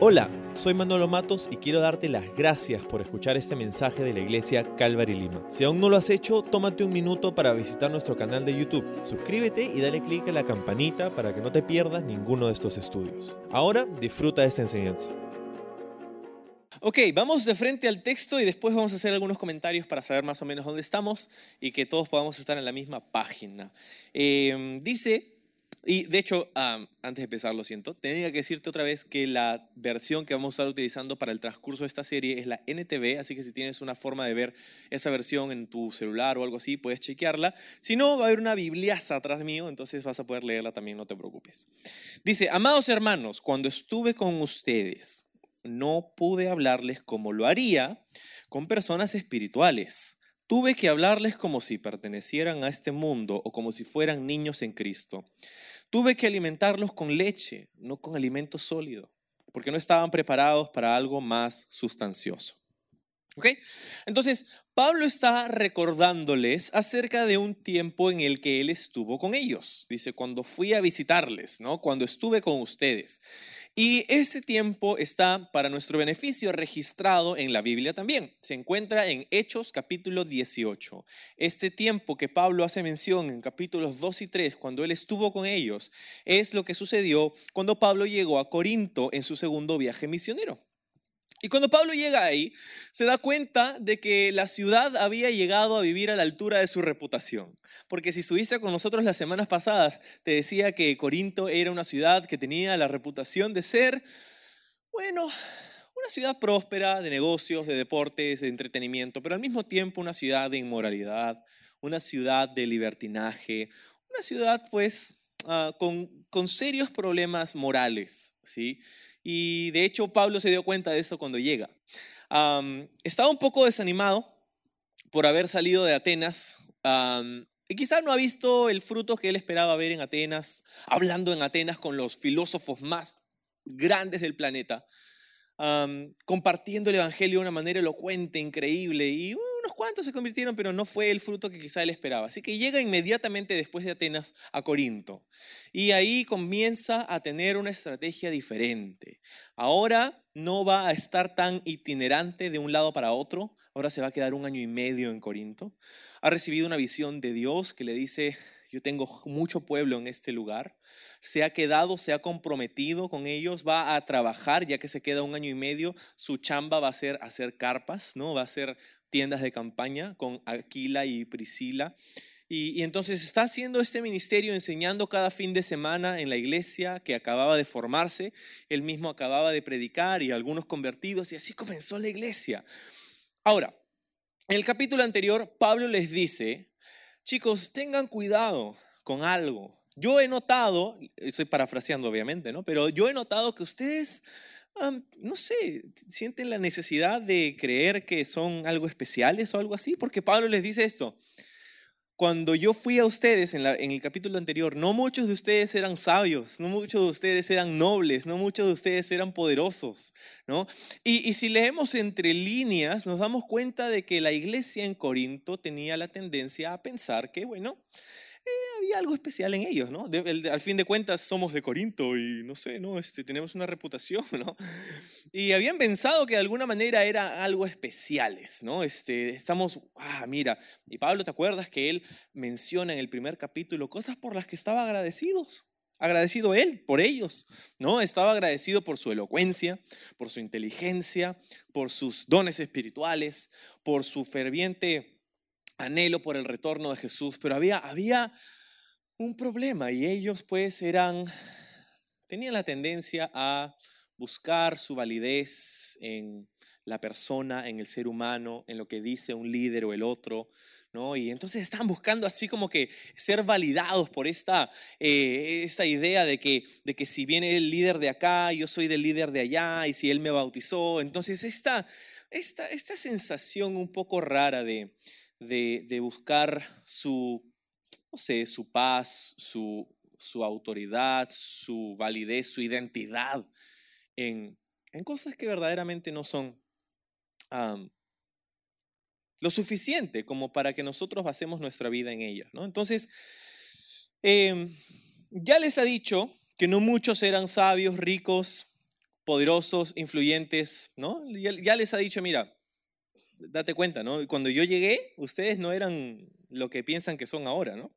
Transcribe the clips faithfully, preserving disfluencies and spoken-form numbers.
Hola, soy Manolo Matos y quiero darte las gracias por escuchar este mensaje de la iglesia Calvary Lima. Si aún no lo has hecho, tómate un minuto para visitar nuestro canal de YouTube. Suscríbete y dale clic a la campanita para que no te pierdas ninguno de estos estudios. Ahora, disfruta de esta enseñanza. Ok, vamos de frente al texto y después vamos a hacer algunos comentarios para saber más o menos dónde estamos y que todos podamos estar en la misma página. Eh, dice... Y de hecho, um, antes de empezar, lo siento, tenía que decirte otra vez que la versión que vamos a estar utilizando para el transcurso de esta serie es la N T V, así que si tienes una forma de ver esa versión en tu celular o algo así, puedes chequearla. Si no, va a haber una bibliaza atrás mío, entonces vas a poder leerla también, no te preocupes. Dice, amados hermanos, cuando estuve con ustedes, no pude hablarles como lo haría con personas espirituales. Tuve que hablarles como si pertenecieran a este mundo o como si fueran niños en Cristo. Tuve que alimentarlos con leche, no con alimento sólido, porque no estaban preparados para algo más sustancioso. ¿Ok? Entonces, Pablo está recordándoles acerca de un tiempo en el que él estuvo con ellos. Dice, cuando fui a visitarles, ¿no? Cuando estuve con ustedes. Y ese tiempo está para nuestro beneficio registrado en la Biblia también. Se encuentra en Hechos capítulo dieciocho. Este tiempo que Pablo hace mención en capítulos dos y tres, cuando él estuvo con ellos, es lo que sucedió cuando Pablo llegó a Corinto en su segundo viaje misionero. Y cuando Pablo llega ahí, se da cuenta de que la ciudad había llegado a vivir a la altura de su reputación. Porque si estuviste con nosotros las semanas pasadas, te decía que Corinto era una ciudad que tenía la reputación de ser, bueno, una ciudad próspera de negocios, de deportes, de entretenimiento, pero al mismo tiempo una ciudad de inmoralidad, una ciudad de libertinaje, una ciudad pues uh, con, con serios problemas morales, ¿sí? Y de hecho Pablo se dio cuenta de eso cuando llega. Um, estaba un poco desanimado por haber salido de Atenas um, y quizás no ha visto el fruto que él esperaba ver en Atenas, hablando en Atenas con los filósofos más grandes del planeta, um, compartiendo el evangelio de una manera elocuente, increíble, y unos cuantos se convirtieron, pero no fue el fruto que quizá él esperaba. Así que llega inmediatamente después de Atenas a Corinto y ahí comienza a tener una estrategia diferente. Ahora no va a estar tan itinerante de un lado para otro, ahora se va a quedar un año y medio en Corinto. Ha recibido una visión de Dios que le dice, yo tengo mucho pueblo en este lugar. Se ha quedado, se ha comprometido con ellos, va a trabajar, ya que se queda un año y medio. Su chamba va a ser hacer carpas, ¿no? Va a ser tiendas de campaña con Aquila y Priscila. Y, y entonces está haciendo este ministerio, enseñando cada fin de semana en la iglesia que acababa de formarse. Él mismo acababa de predicar y algunos convertidos, y así comenzó la iglesia. Ahora, en el capítulo anterior, Pablo les dice, chicos, tengan cuidado con algo. Yo he notado, estoy parafraseando obviamente, ¿no? Pero yo he notado que ustedes, um, no sé, sienten la necesidad de creer que son algo especiales o algo así, porque Pablo les dice esto. Cuando yo fui a ustedes en, la, en el capítulo anterior, no muchos de ustedes eran sabios, no muchos de ustedes eran nobles, no muchos de ustedes eran poderosos, ¿no? Y, y si leemos entre líneas, nos damos cuenta de que la iglesia en Corinto tenía la tendencia a pensar que, bueno, eh, había algo especial en ellos, ¿no? De, el, al fin de cuentas somos de Corinto y no sé, ¿no? Este, tenemos una reputación, ¿no? Y habían pensado que de alguna manera era algo especiales, ¿no? Este, estamos, ah, mira, y Pablo, ¿te acuerdas que él menciona en el primer capítulo cosas por las que estaba agradecidos? Agradecido él por ellos, ¿no? Estaba agradecido por su elocuencia, por su inteligencia, por sus dones espirituales, por su ferviente anhelo por el retorno de Jesús, pero había, había un problema y ellos pues eran, tenían la tendencia a buscar su validez en la persona, en el ser humano, en lo que dice un líder o el otro, ¿no? Y entonces estaban buscando así como que ser validados por esta, eh, esta idea de que, de que si viene el líder de acá, yo soy del líder de allá, y si él me bautizó, entonces esta, esta, esta sensación un poco rara de De, de buscar su, no sé, su paz, su, su autoridad, su validez, su identidad en, en cosas que verdaderamente no son um, lo suficiente como para que nosotros basemos nuestra vida en ellas, ¿no? Entonces, eh, ya les ha dicho que no muchos eran sabios, ricos, poderosos, influyentes, ¿no? Ya, ya les ha dicho, mira, date cuenta, ¿no? Cuando yo llegué, ustedes no eran lo que piensan que son ahora, ¿no?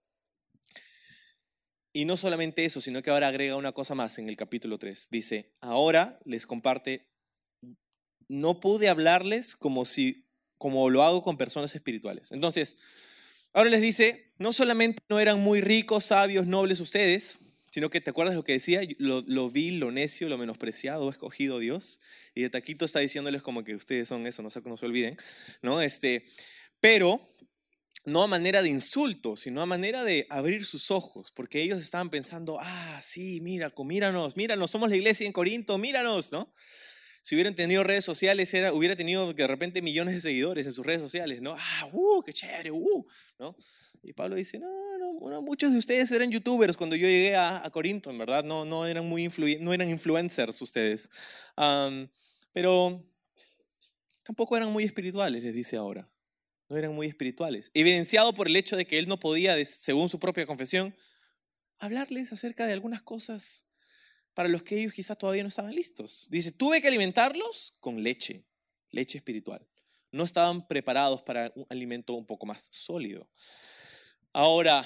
Y no solamente eso, sino que ahora agrega una cosa más en el capítulo tres. Dice, ahora les comparte, no pude hablarles como si, como lo hago con personas espirituales. Entonces, ahora les dice, no solamente no eran muy ricos, sabios, nobles ustedes, sino que, ¿te acuerdas lo que decía? Lo, lo vil, lo necio, lo menospreciado, escogido Dios. Y de taquito está diciéndoles como que ustedes son eso, no se, no se olviden, ¿no? Este, pero no a manera de insulto, sino a manera de abrir sus ojos, porque ellos estaban pensando, ah, sí, mira, míranos, míranos, somos la iglesia en Corinto, míranos, ¿no? Si hubieran tenido redes sociales, era, hubiera tenido de repente millones de seguidores en sus redes sociales, ¿no? Ah, uh, qué chévere, uh, ¿no? Y Pablo dice, no, no, no, muchos de ustedes eran youtubers cuando yo llegué a, a Corinto, en verdad, no, no, eran muy influ- no eran influencers ustedes, um, pero tampoco eran muy espirituales, les dice ahora. No eran muy espirituales. Evidenciado por el hecho de que él no podía, según su propia confesión, hablarles acerca de algunas cosas para los que ellos quizás todavía no estaban listos. Dice, tuve que alimentarlos con leche, leche espiritual. No estaban preparados para un alimento un poco más sólido. Ahora,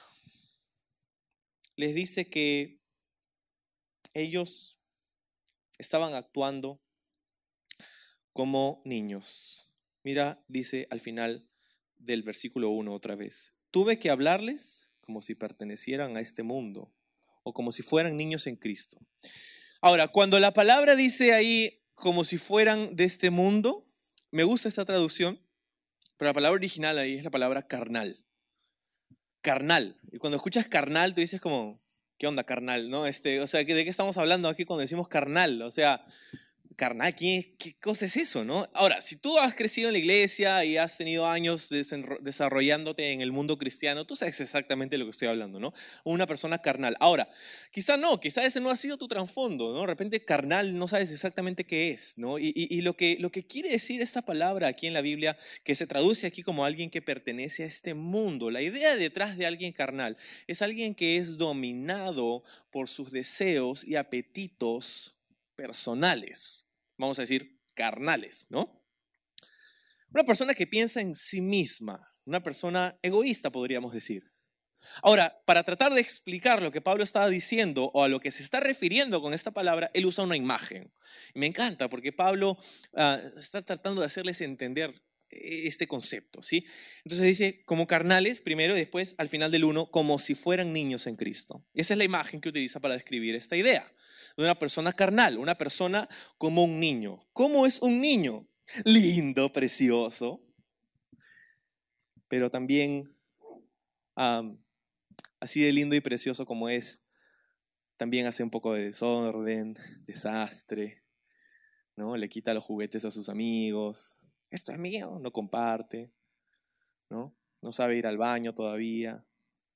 les dice que ellos estaban actuando como niños. Mira, dice al final del versículo uno otra vez. Tuve que hablarles como si pertenecieran a este mundo o como si fueran niños en Cristo. Ahora, cuando la palabra dice ahí como si fueran de este mundo, me gusta esta traducción, pero la palabra original ahí es la palabra carnal. Carnal. Y cuando escuchas carnal, tú dices como, ¿qué onda carnal? ¿No? Este, o sea, ¿de qué estamos hablando aquí cuando decimos carnal? O sea, carnal, ¿qué, ¿qué cosa es eso, no? Ahora, si tú has crecido en la iglesia y has tenido años desarrollándote en el mundo cristiano, tú sabes exactamente de lo que estoy hablando, ¿no? Una persona carnal. Ahora, quizá no, quizá ese no ha sido tu trasfondo, ¿no? De repente carnal no sabes exactamente qué es, ¿no? Y, y, y lo, que, lo que quiere decir esta palabra aquí en la Biblia, que se traduce aquí como alguien que pertenece a este mundo, la idea detrás de alguien carnal es alguien que es dominado por sus deseos y apetitos personales, vamos a decir carnales, ¿no? Una persona que piensa en sí misma, una persona egoísta podríamos decir. Ahora, para tratar de explicar lo que Pablo estaba diciendo o a lo que se está refiriendo con esta palabra, él usa una imagen. Y me encanta porque Pablo uh, está tratando de hacerles entender este concepto, ¿sí? Entonces dice como carnales primero y después al final del uno como si fueran niños en Cristo. Esa es la imagen que utiliza para describir esta idea de una persona carnal, una persona como un niño. ¿Cómo es un niño? Lindo, precioso, pero también um, así de lindo y precioso como es, también hace un poco de desorden, desastre, ¿no? Le quita los juguetes a sus amigos. Esto es mío, no comparte, ¿no? No sabe ir al baño todavía.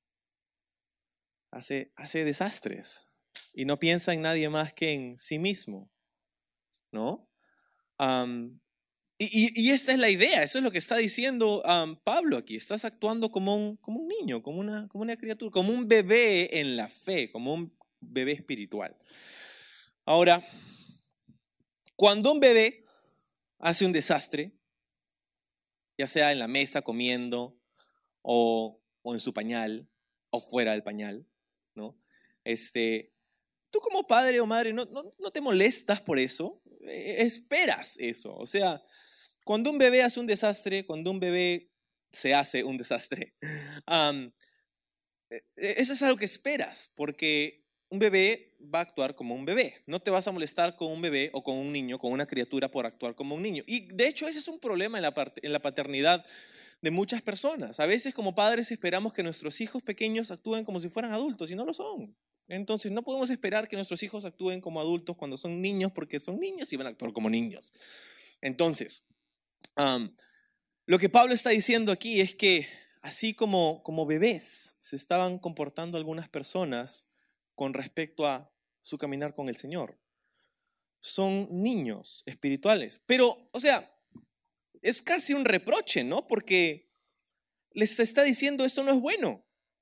Hace, hace desastres y no piensa en nadie más que en sí mismo, ¿no? Um, y, y, y esta es la idea, eso es lo que está diciendo um, Pablo aquí. Estás actuando como un, como un niño, como una, como una criatura, como un bebé en la fe, como un bebé espiritual. Ahora, cuando un bebé hace un desastre, ya sea en la mesa comiendo o, o en su pañal o fuera del pañal, ¿no? Este, tú como padre o madre no, no, no te molestas por eso, eh, esperas eso. O sea, cuando un bebé hace un desastre, cuando un bebé se hace un desastre, um, eso es algo que esperas, porque un bebé va a actuar como un bebé. No te vas a molestar con un bebé o con un niño, con una criatura por actuar como un niño. Y de hecho ese es un problema en la, part- en la paternidad de muchas personas. A veces como padres esperamos que nuestros hijos pequeños actúen como si fueran adultos y no lo son. Entonces no podemos esperar que nuestros hijos actúen como adultos cuando son niños, porque son niños y van a actuar como niños. Entonces, um, lo que Pablo está diciendo aquí es que así como, como bebés se estaban comportando algunas personas con respecto a su caminar con el Señor. Son niños espirituales. Pero, o sea, es casi un reproche, ¿no? Porque les está diciendo esto no es bueno.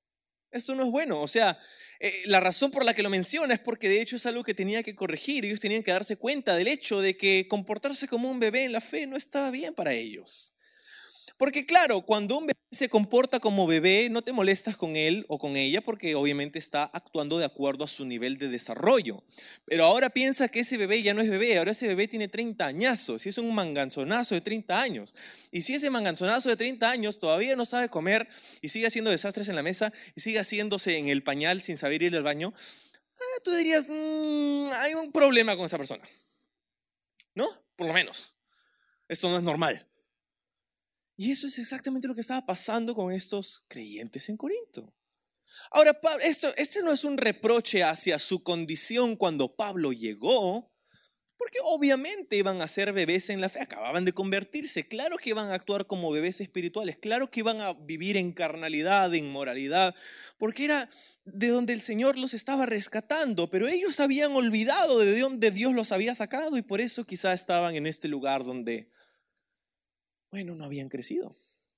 Esto no es bueno. O sea, eh, la razón por la que lo menciona es porque de hecho es algo que tenía que corregir. Ellos tenían que darse cuenta del hecho de que comportarse como un bebé en la fe no estaba bien para ellos. Porque claro, cuando un bebé se comporta como bebé, no te molestas con él o con ella porque obviamente está actuando de acuerdo a su nivel de desarrollo. Pero ahora piensa que ese bebé ya no es bebé, ahora ese bebé tiene treinta añazos y es un manganzonazo de treinta años. Y si ese manganzonazo de treinta años todavía no sabe comer y sigue haciendo desastres en la mesa y sigue haciéndose en el pañal sin saber ir al baño, ah, tú dirías, mmm, hay un problema con esa persona. ¿No? Por lo menos. Esto no es normal. Y eso es exactamente lo que estaba pasando con estos creyentes en Corinto. Ahora, esto, este no es un reproche hacia su condición cuando Pablo llegó, porque obviamente iban a ser bebés en la fe, acababan de convertirse, claro que iban a actuar como bebés espirituales, claro que iban a vivir en carnalidad, en moralidad, porque era de donde el Señor los estaba rescatando, pero ellos habían olvidado de donde Dios los había sacado y por eso quizá estaban en este lugar donde, bueno, no habían crecido.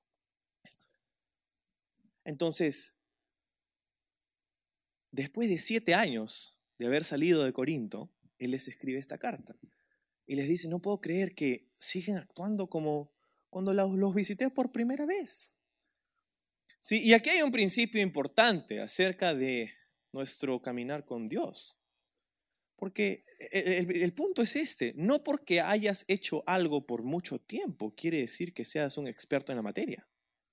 Entonces, después de siete años de haber salido de Corinto, él les escribe esta carta y les dice, no puedo creer que siguen actuando como cuando los, los visité por primera vez. Sí, y aquí hay un principio importante acerca de nuestro caminar con Dios. Porque el, el, el punto es este, no porque hayas hecho algo por mucho tiempo quiere decir que seas un experto en la materia.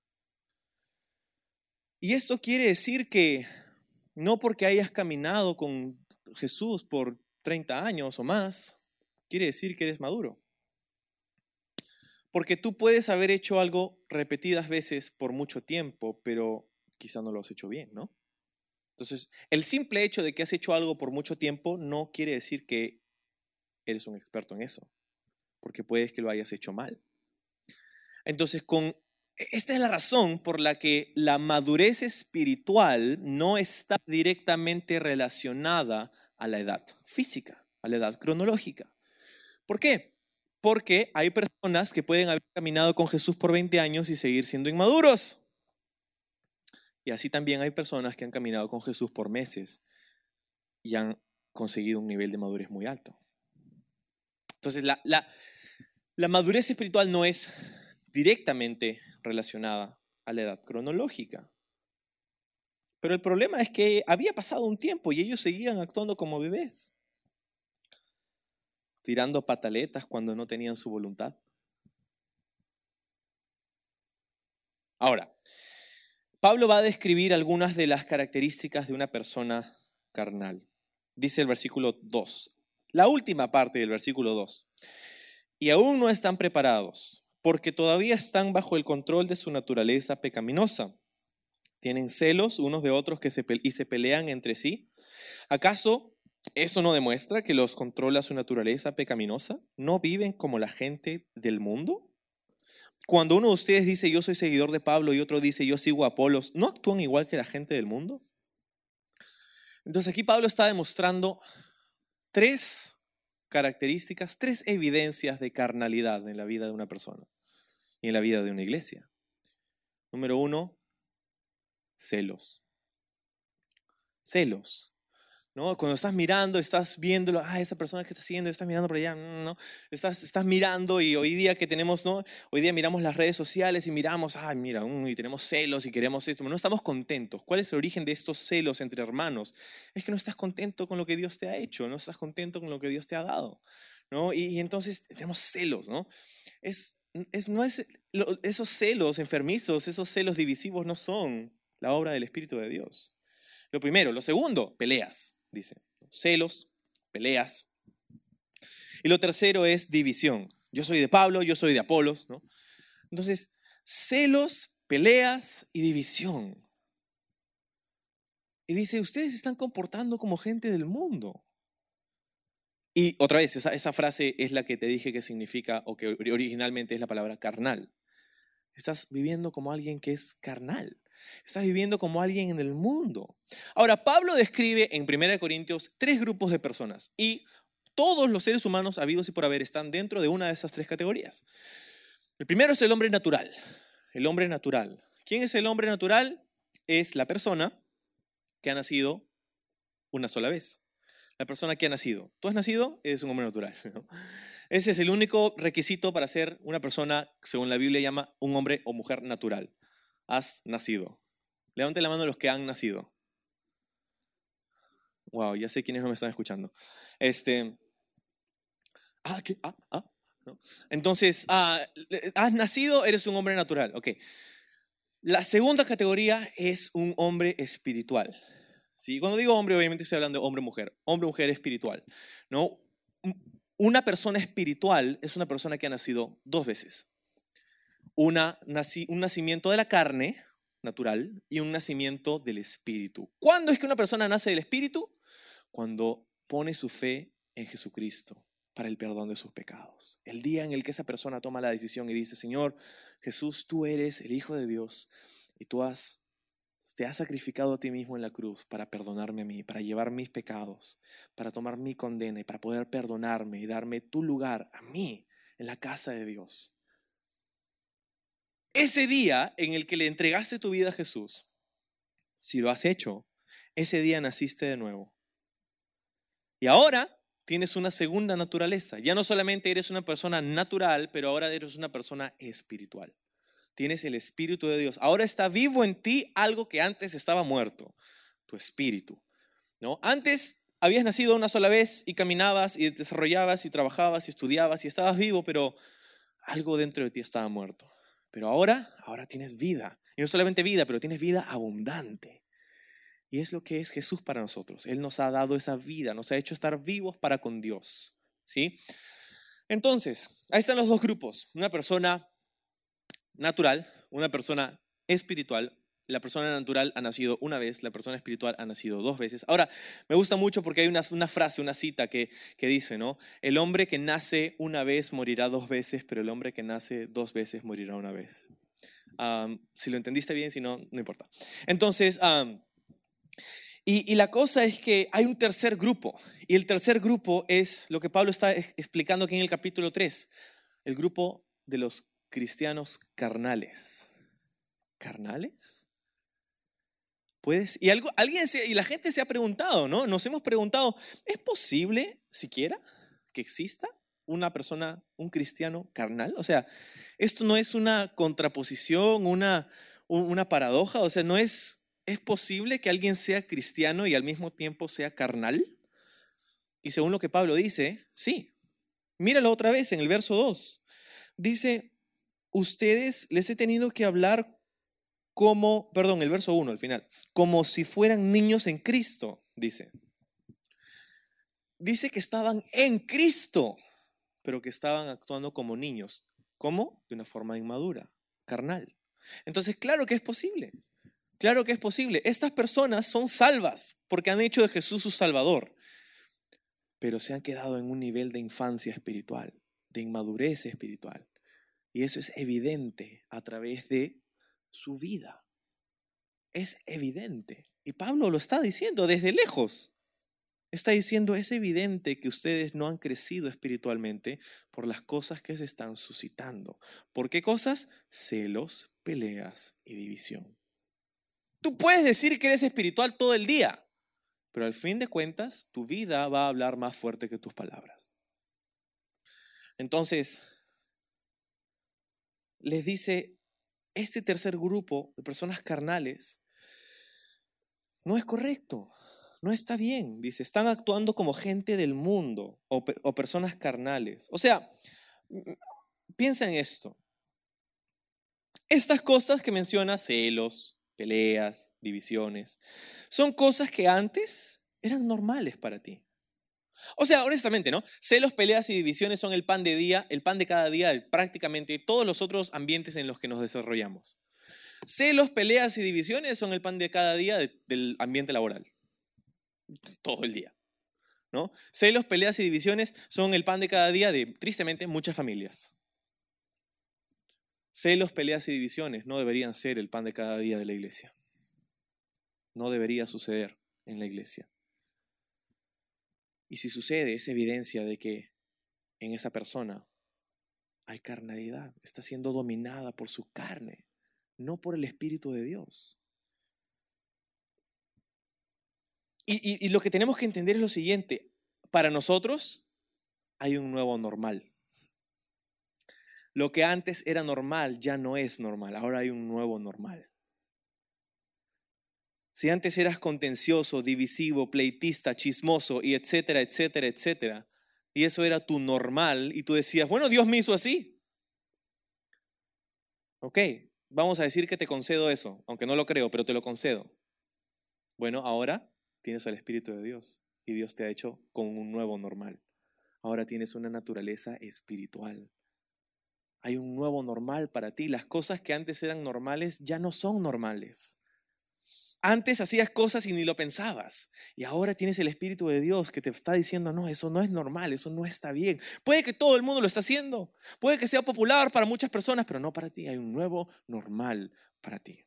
Y esto quiere decir que no porque hayas caminado con Jesús por treinta años o más, quiere decir que eres maduro. Porque tú puedes haber hecho algo repetidas veces por mucho tiempo, pero quizá no lo has hecho bien, ¿no? Entonces, el simple hecho de que has hecho algo por mucho tiempo no quiere decir que eres un experto en eso, porque puedes que lo hayas hecho mal. Entonces, con esta es la razón por la que la madurez espiritual no está directamente relacionada a la edad física, a la edad cronológica. ¿Por qué? Porque hay personas que pueden haber caminado con Jesús por veinte años y seguir siendo inmaduros. Y así también hay personas que han caminado con Jesús por meses y han conseguido un nivel de madurez muy alto. Entonces, la, la, la madurez espiritual no es directamente relacionada a la edad cronológica. Pero el problema es que había pasado un tiempo y ellos seguían actuando como bebés, tirando pataletas cuando no tenían su voluntad. Ahora, Pablo va a describir algunas de las características de una persona carnal. Dice el versículo dos, la última parte del versículo dos. Y aún no están preparados, porque todavía están bajo el control de su naturaleza pecaminosa. Tienen celos unos de otros que se pe- y se pelean entre sí. ¿Acaso eso no demuestra que los controla su naturaleza pecaminosa? ¿No viven como la gente del mundo? Cuando uno de ustedes dice yo soy seguidor de Pablo y otro dice yo sigo a Apolos, ¿no actúan igual que la gente del mundo? Entonces aquí Pablo está demostrando tres características, tres evidencias de carnalidad en la vida de una persona y en la vida de una iglesia. Número uno, celos. Celos. ¿No? Cuando estás mirando, estás viéndolo, ah, esa persona que está siguiendo, estás mirando por allá, no, estás, estás mirando y hoy día que tenemos, ¿no? Hoy día miramos las redes sociales y miramos, ah, mira, um, y tenemos celos y queremos esto, pero no estamos contentos. ¿Cuál es el origen de estos celos entre hermanos? Es que no estás contento con lo que Dios te ha hecho, no estás contento con lo que Dios te ha dado, ¿no? Y, y entonces tenemos celos, ¿no? Es, es, no es, lo, esos celos enfermizos, esos celos divisivos no son la obra del Espíritu de Dios. Lo primero. Lo segundo, peleas, dice. Celos, peleas. Y lo tercero es división. Yo soy de Pablo, yo soy de Apolos, ¿no? Entonces, celos, peleas y división. Y dice, ustedes se están comportando como gente del mundo. Y otra vez, esa, esa frase es la que te dije que significa, o que originalmente es la palabra carnal. Estás viviendo como alguien que es carnal. Estás viviendo como alguien en el mundo. Ahora, Pablo describe en primera de Corintios tres grupos de personas y todos los seres humanos habidos y por haber están dentro de una de esas tres categorías. El primero es el hombre natural. El hombre natural. ¿Quién es el hombre natural? Es la persona que ha nacido una sola vez. La persona que ha nacido. Tú has nacido, eres un hombre natural, ¿no? Ese es el único requisito para ser una persona, según la Biblia llama, un hombre o mujer natural. Has nacido. Levante la mano los que han nacido. Wow, ya sé quiénes no me están escuchando. Este, ah, ¿qué? Ah, ah, ¿no? Entonces, ah, has nacido, eres un hombre natural. Ok. La segunda categoría es un hombre espiritual. ¿Sí? Cuando digo hombre, obviamente estoy hablando de hombre-mujer. Hombre-mujer espiritual, ¿no? Una persona espiritual es una persona que ha nacido dos veces. Una, un nacimiento de la carne natural y un nacimiento del espíritu. ¿Cuándo es que una persona nace del espíritu? Cuando pone su fe en Jesucristo para el perdón de sus pecados. El día en el que esa persona toma la decisión y dice: Señor Jesús, tú eres el Hijo de Dios y tú has, te has sacrificado a ti mismo en la cruz para perdonarme a mí, para llevar mis pecados, para tomar mi condena y para poder perdonarme y darme tu lugar a mí en la casa de Dios. Ese día en el que le entregaste tu vida a Jesús, si lo has hecho, ese día naciste de nuevo. Y ahora tienes una segunda naturaleza. Ya no solamente eres una persona natural, pero ahora eres una persona espiritual. Tienes el Espíritu de Dios. Ahora está vivo en ti algo que antes estaba muerto, tu espíritu, ¿no? Antes habías nacido una sola vez y caminabas y te desarrollabas y trabajabas y estudiabas y estabas vivo, pero algo dentro de ti estaba muerto. Pero ahora, ahora tienes vida. Y no solamente vida, pero tienes vida abundante. Y es lo que es Jesús para nosotros. Él nos ha dado esa vida, nos ha hecho estar vivos para con Dios, ¿sí? Entonces, ahí están los dos grupos. Una persona natural, una persona espiritual. La persona natural ha nacido una vez, la persona espiritual ha nacido dos veces. Ahora, me gusta mucho porque hay una, una frase, una cita que, que dice, ¿no? El hombre que nace una vez morirá dos veces, pero el hombre que nace dos veces morirá una vez. Um, si lo entendiste bien, si no, no importa. Entonces, um, y, y la cosa es que hay un tercer grupo, y el tercer grupo es lo que Pablo está explicando aquí en el capítulo tres, el grupo de los cristianos carnales. ¿Carnales? Pues, y, algo, alguien se, y la gente se ha preguntado, ¿no? Nos hemos preguntado, ¿es posible siquiera que exista una persona, un cristiano carnal? O sea, esto no es una contraposición, una, una paradoja, o sea, no es, ¿es posible que alguien sea cristiano y al mismo tiempo sea carnal? Y según lo que Pablo dice, sí. Míralo otra vez en el verso dos. Dice, ustedes les he tenido que hablar como, perdón, el verso uno al final, como si fueran niños en Cristo, dice. Dice que estaban en Cristo, pero que estaban actuando como niños. ¿Cómo? De una forma inmadura, carnal. Entonces, claro que es posible. Claro que es posible. Estas personas son salvas porque han hecho de Jesús su Salvador, pero se han quedado en un nivel de infancia espiritual, de inmadurez espiritual. Y eso es evidente a través de su vida. Es evidente. Y Pablo lo está diciendo desde lejos. Está diciendo, es evidente que ustedes no han crecido espiritualmente por las cosas que se están suscitando. ¿Por qué cosas? Celos, peleas y división. Tú puedes decir que eres espiritual todo el día, pero al fin de cuentas, tu vida va a hablar más fuerte que tus palabras. Entonces, les dice, este tercer grupo de personas carnales no es correcto. No está bien, dice, están actuando como gente del mundo o, o personas carnales. O sea, piensa en esto. Estas cosas que menciona, celos, peleas, divisiones, son cosas que antes eran normales para ti. O sea, honestamente, ¿no? Celos, peleas y divisiones son el pan de día, el pan de cada día de prácticamente todos los otros ambientes en los que nos desarrollamos. Celos, peleas y divisiones son el pan de cada día de, del ambiente laboral. Todo el día, ¿no? Celos, peleas y divisiones son el pan de cada día de, tristemente, muchas familias. Celos, peleas y divisiones no deberían ser el pan de cada día de la iglesia. No debería suceder en la iglesia. Y si sucede, es evidencia de que en esa persona hay carnalidad. Está siendo dominada por su carne, no por el Espíritu de Dios. Y, y, y lo que tenemos que entender es lo siguiente. Para nosotros hay un nuevo normal. Lo que antes era normal ya no es normal. Ahora hay un nuevo normal. Si antes eras contencioso, divisivo, pleitista, chismoso y etcétera, etcétera, etcétera, y eso era tu normal y tú decías, bueno, Dios me hizo así. Ok, vamos a decir que te concedo eso, aunque no lo creo, pero te lo concedo. Bueno, ahora tienes al Espíritu de Dios y Dios te ha hecho con un nuevo normal. Ahora tienes una naturaleza espiritual. Hay un nuevo normal para ti. Las cosas que antes eran normales ya no son normales. Antes hacías cosas y ni lo pensabas. Y ahora tienes el Espíritu de Dios que te está diciendo, no, eso no es normal, eso no está bien. Puede que todo el mundo lo esté haciendo. Puede que sea popular para muchas personas, pero no para ti. Hay un nuevo normal para ti.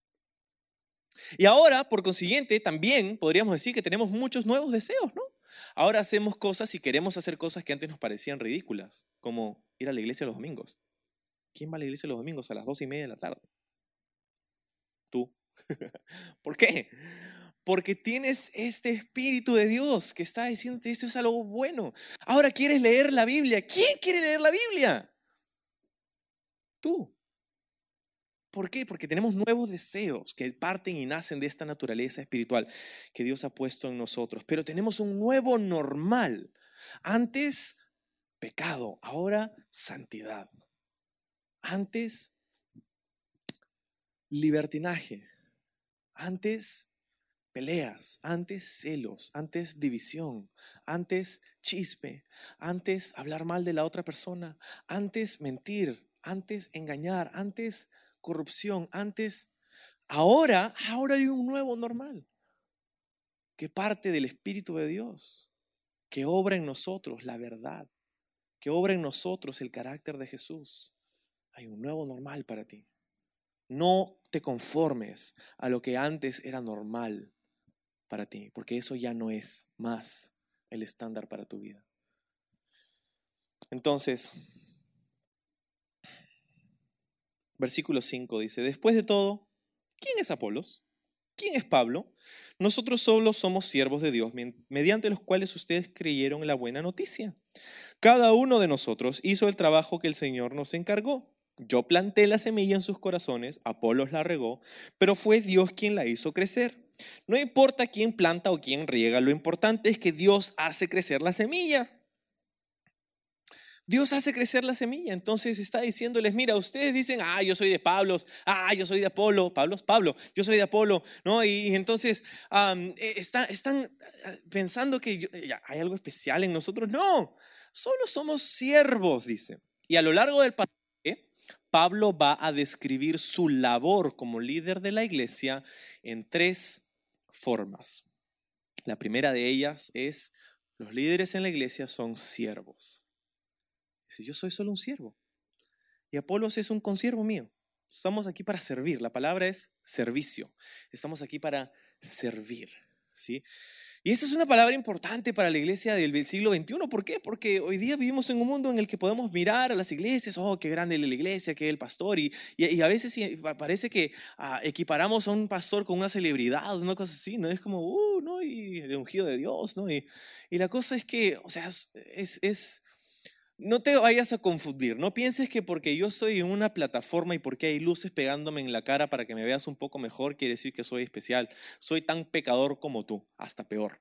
Y ahora, por consiguiente, también podríamos decir que tenemos muchos nuevos deseos, ¿no? Ahora hacemos cosas y queremos hacer cosas que antes nos parecían ridículas, como ir a la iglesia los domingos. ¿Quién va a la iglesia los domingos a las dos y media de la tarde? Tú. ¿Por qué? Porque tienes este Espíritu de Dios que está diciéndote esto es algo bueno. Ahora quieres leer la Biblia. ¿Quién quiere leer la Biblia? Tú. ¿Por qué? Porque tenemos nuevos deseos que parten y nacen de esta naturaleza espiritual que Dios ha puesto en nosotros. Pero tenemos un nuevo normal. Antes, pecado. Ahora, santidad. Antes, libertinaje. Antes, peleas. Antes, celos. Antes, división. Antes, chisme. Antes, hablar mal de la otra persona. Antes, mentir. Antes, engañar. Antes, corrupción. Antes, ahora, ahora hay un nuevo normal que parte del Espíritu de Dios, que obra en nosotros la verdad, que obra en nosotros el carácter de Jesús. Hay un nuevo normal para ti. No te conformes a lo que antes era normal para ti, porque eso ya no es más el estándar para tu vida. Entonces, versículo cinco dice, después de todo, ¿quién es Apolos? ¿Quién es Pablo? Nosotros solo somos siervos de Dios, mediante los cuales ustedes creyeron en la buena noticia. Cada uno de nosotros hizo el trabajo que el Señor nos encargó. Yo planté la semilla en sus corazones, Apolos la regó, pero fue Dios quien la hizo crecer. No importa quién planta o quién riega, lo importante es que Dios hace crecer la semilla. Dios hace crecer la semilla, entonces está diciéndoles, mira, ustedes dicen, ah, yo soy de Pablo, ah, yo soy de Apolo, Pablo, Pablo, yo soy de Apolo, ¿no? Y, y entonces um, está, están pensando que yo, ya, hay algo especial en nosotros. No, solo somos siervos, dice. Y a lo largo del pasaje, Pablo va a describir su labor como líder de la iglesia en tres formas. La primera de ellas es, los líderes en la iglesia son siervos. Dice, yo soy solo un siervo. Y Apolos es un consiervo mío. Estamos aquí para servir. La palabra es servicio. Estamos aquí para servir, ¿sí? Y esa es una palabra importante para la iglesia del siglo veintiuno. ¿Por qué? Porque hoy día vivimos en un mundo en el que podemos mirar a las iglesias. Oh, qué grande es la iglesia, qué es el pastor. Y, y, y a veces parece que uh, equiparamos a un pastor con una celebridad, una cosa así. ¿No? Es como, uh, ¿no? Y el ungido de Dios, ¿no? Y, y la cosa es que, o sea, es... es no te vayas a confundir, no pienses que porque yo soy en una plataforma y porque hay luces pegándome en la cara para que me veas un poco mejor, quiere decir que soy especial. Soy tan pecador como tú, hasta peor.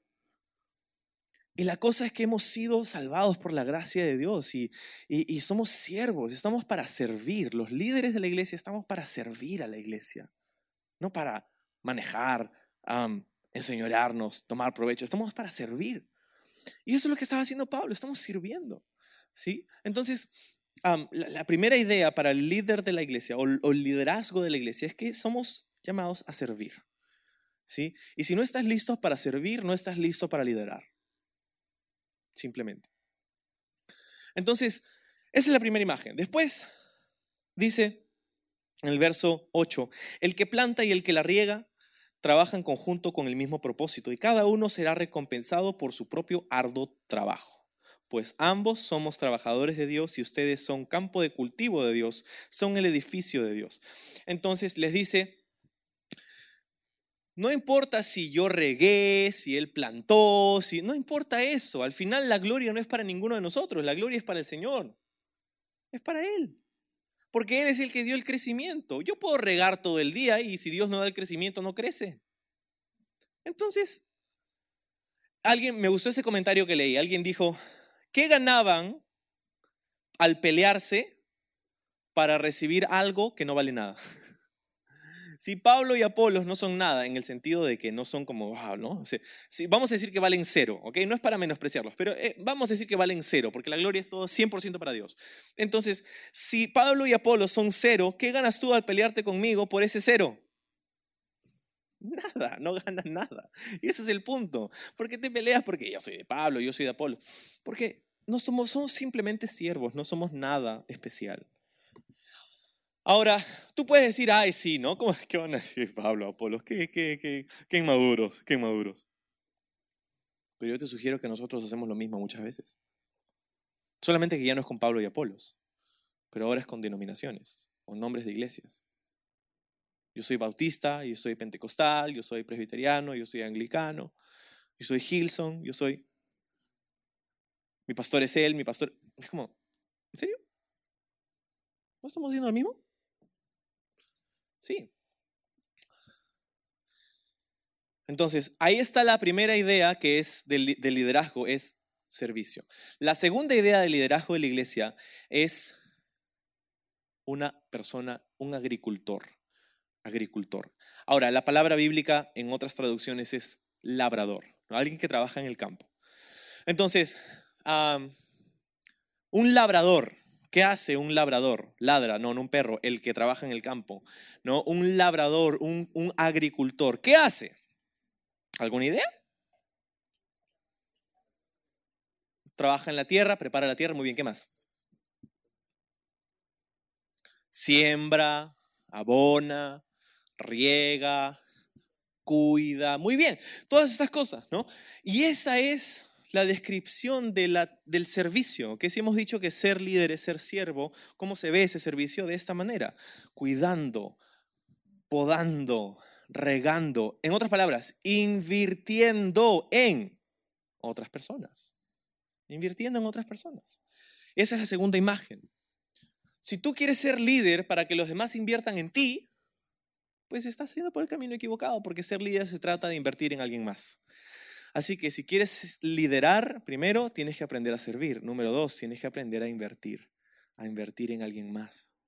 Y la cosa es que hemos sido salvados por la gracia de Dios y, y, y somos siervos, estamos para servir. Los líderes de la iglesia estamos para servir a la iglesia, no para manejar, um, enseñorearnos, tomar provecho, estamos para servir. Y eso es lo que estaba haciendo Pablo, estamos sirviendo. ¿Sí? Entonces, um, la, la primera idea para el líder de la iglesia o, o el liderazgo de la iglesia es que somos llamados a servir. ¿Sí? Y si no estás listo para servir, no estás listo para liderar. Simplemente. Entonces, esa es la primera imagen. Después, dice en el verso ocho, el que planta y el que la riega trabajan en conjunto con el mismo propósito y cada uno será recompensado por su propio arduo trabajo. Pues ambos somos trabajadores de Dios y ustedes son campo de cultivo de Dios, son el edificio de Dios. Entonces les dice, No importa si yo regué, si él plantó, si no importa eso. Al final la gloria no es para ninguno de nosotros, la gloria es para el Señor. Es para Él. Porque Él es el que dio el crecimiento. Yo puedo regar todo el día y si Dios no da el crecimiento no crece. Entonces, alguien, me gustó ese comentario que leí. Alguien dijo, ¿qué ganaban al pelearse para recibir algo que no vale nada? Si Pablo y Apolos no son nada en el sentido de que no son como, wow, ¿no? O sea, si, vamos a decir que valen cero, ¿ok? No es para menospreciarlos, pero eh, vamos a decir que valen cero, porque la gloria es todo cien por ciento para Dios. Entonces, si Pablo y Apolos son cero, ¿qué ganas tú al pelearte conmigo por ese cero? Nada, no ganas nada. Y ese es el punto. ¿Por qué te peleas? Porque yo soy de Pablo, yo soy de Apolo. Porque no somos, somos simplemente siervos, no somos nada especial. Ahora, tú puedes decir, ay, sí, ¿no? ¿Cómo, ¿Qué van a decir Pablo, Apolos? ¿Qué, qué, qué, qué inmaduros, qué inmaduros? Pero yo te sugiero que nosotros hacemos lo mismo muchas veces. Solamente que ya no es con Pablo y Apolos, pero ahora es con denominaciones o nombres de iglesias. Yo soy bautista, yo soy pentecostal, yo soy presbiteriano, yo soy anglicano, yo soy Hillsong, yo soy... Mi pastor es él, mi pastor... Es como, ¿en serio? ¿No estamos haciendo lo mismo? Sí. Entonces, ahí está la primera idea que es del, del liderazgo, es servicio. La segunda idea del liderazgo de la iglesia es una persona, un agricultor. Agricultor. Ahora, la palabra bíblica en otras traducciones es labrador, ¿no? Alguien que trabaja en el campo. Entonces, um, un labrador, ¿qué hace un labrador? Ladra, no, no un perro, el que trabaja en el campo, ¿no? Un labrador, un, un agricultor, ¿qué hace? ¿Alguna idea? Trabaja en la tierra, prepara la tierra, muy bien, ¿qué más? Siembra, abona, riega, cuida, muy bien, todas esas cosas, ¿no? Y esa es la descripción de la, del servicio, que si hemos dicho que ser líder es ser siervo, ¿cómo se ve ese servicio? De esta manera, cuidando, podando, regando, en otras palabras, invirtiendo en otras personas, invirtiendo en otras personas. Esa es la segunda imagen. Si tú quieres ser líder para que los demás inviertan en ti, pues estás yendo por el camino equivocado, porque ser líder se trata de invertir en alguien más. Así que si quieres liderar, primero tienes que aprender a servir. Número dos, tienes que aprender a invertir, a invertir en alguien más.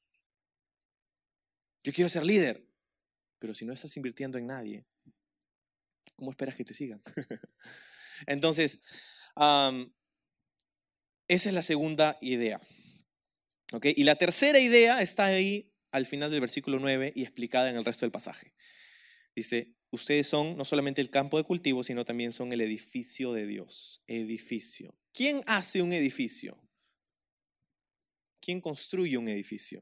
Yo quiero ser líder, pero si no estás invirtiendo en nadie, ¿cómo esperas que te sigan? Entonces, um, esa es la segunda idea. ¿Okay? Y la tercera idea está ahí al final del versículo nueve y explicada en el resto del pasaje. Dice, ustedes son no solamente el campo de cultivo, sino también son el edificio de Dios. Edificio. ¿Quién hace un edificio? ¿Quién construye un edificio?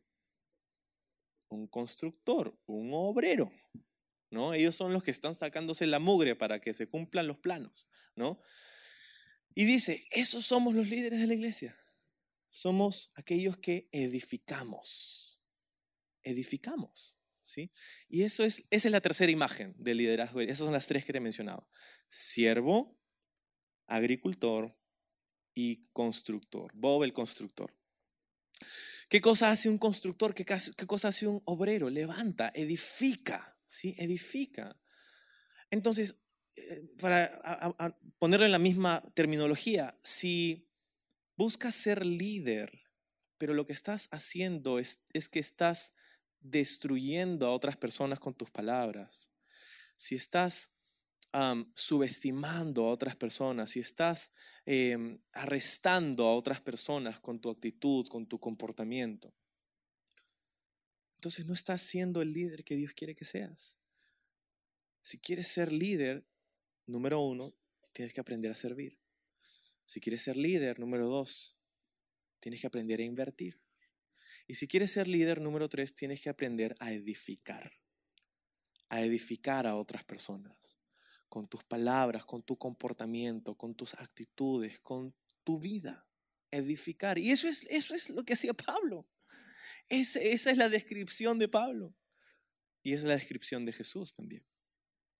Un constructor, un obrero, ¿no? Ellos son los que están sacándose la mugre para que se cumplan los planos, ¿no? Y dice, esos somos los líderes de la iglesia. Somos aquellos que edificamos. Edificamos. ¿Sí? Y eso es, esa es la tercera imagen del liderazgo. Esas son las tres que te he mencionado. Siervo, agricultor y constructor. Bob el constructor. ¿Qué cosa hace un constructor? ¿Qué, qué cosa hace un obrero? Levanta, edifica. ¿Sí? Edifica. Entonces, para a, a ponerlo en la misma terminología, si buscas ser líder, pero lo que estás haciendo es, es que estás destruyendo a otras personas con tus palabras, si estás um, subestimando a otras personas, si estás eh, arrestando a otras personas con tu actitud, con tu comportamiento, entonces no estás siendo el líder que Dios quiere que seas. Si quieres ser líder, número uno, tienes que aprender a servir. Si quieres ser líder, número dos, tienes que aprender a invertir. Y si quieres ser líder, número tres, tienes que aprender a edificar. A edificar a otras personas. Con tus palabras, con tu comportamiento, con tus actitudes, con tu vida. Edificar. Y eso es, eso es lo que hacía Pablo. Es, esa es la descripción de Pablo. Y esa es la descripción de Jesús también.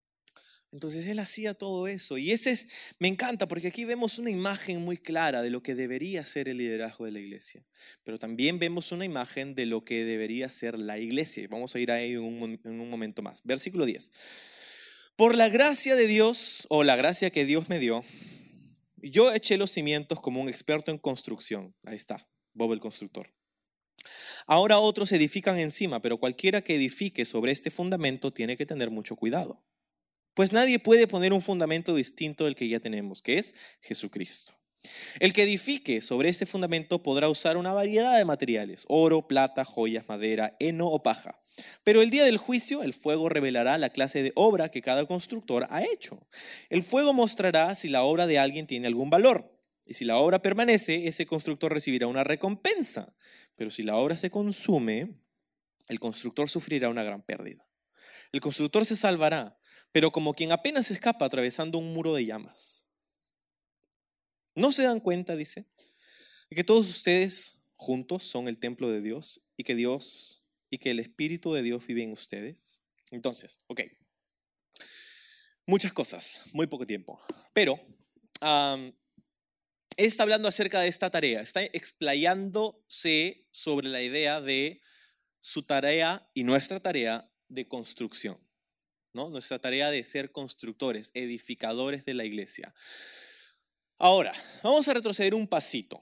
Entonces Él hacía todo eso. Y ese es, me encanta porque aquí vemos una imagen muy clara de lo que debería ser el liderazgo de la iglesia. Pero también vemos una imagen de lo que debería ser la iglesia. Y vamos a ir ahí en un, en un momento más. Versículo diez. Por la gracia de Dios, o la gracia que Dios me dio, yo eché los cimientos como un experto en construcción. Ahí está, Bob el constructor. Ahora otros edifican encima, pero cualquiera que edifique sobre este fundamento tiene que tener mucho cuidado. Pues nadie puede poner un fundamento distinto del que ya tenemos, que es Jesucristo. El que edifique sobre este fundamento podrá usar una variedad de materiales: oro, plata, joyas, madera, heno o paja. Pero el día del juicio, el fuego revelará la clase de obra que cada constructor ha hecho. El fuego mostrará si la obra de alguien tiene algún valor. Y si la obra permanece, ese constructor recibirá una recompensa. Pero si la obra se consume, el constructor sufrirá una gran pérdida. El constructor se salvará, pero como quien apenas escapa atravesando un muro de llamas. ¿No se dan cuenta, dice, de que todos ustedes juntos son el templo de Dios y que Dios y que el Espíritu de Dios vive en ustedes? Entonces, ok, muchas cosas, muy poco tiempo, pero um, él está hablando acerca de esta tarea, está explayándose sobre la idea de su tarea y nuestra tarea de construcción. ¿No? Nuestra tarea de ser constructores, edificadores de la iglesia. Ahora, vamos a retroceder un pasito.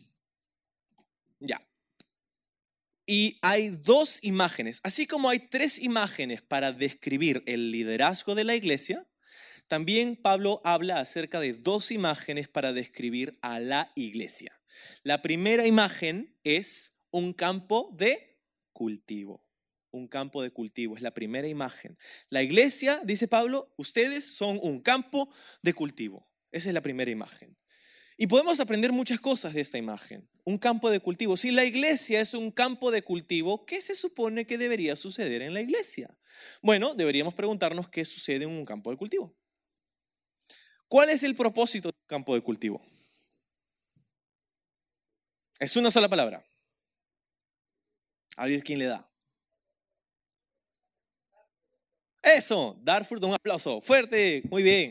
Ya. Y hay dos imágenes. Así como hay tres imágenes para describir el liderazgo de la iglesia, también Pablo habla acerca de dos imágenes para describir a la iglesia. La primera imagen es un campo de cultivo. Un campo de cultivo, es la primera imagen. La iglesia, dice Pablo, ustedes son un campo de cultivo. Esa es la primera imagen. Y podemos aprender muchas cosas de esta imagen. Un campo de cultivo. Si la iglesia es un campo de cultivo, ¿qué se supone que debería suceder en la iglesia? Bueno, deberíamos preguntarnos qué sucede en un campo de cultivo. ¿Cuál es el propósito de un campo de cultivo? Es una sola palabra. A ver quién le da. Eso, dar fruto, un aplauso fuerte, muy bien.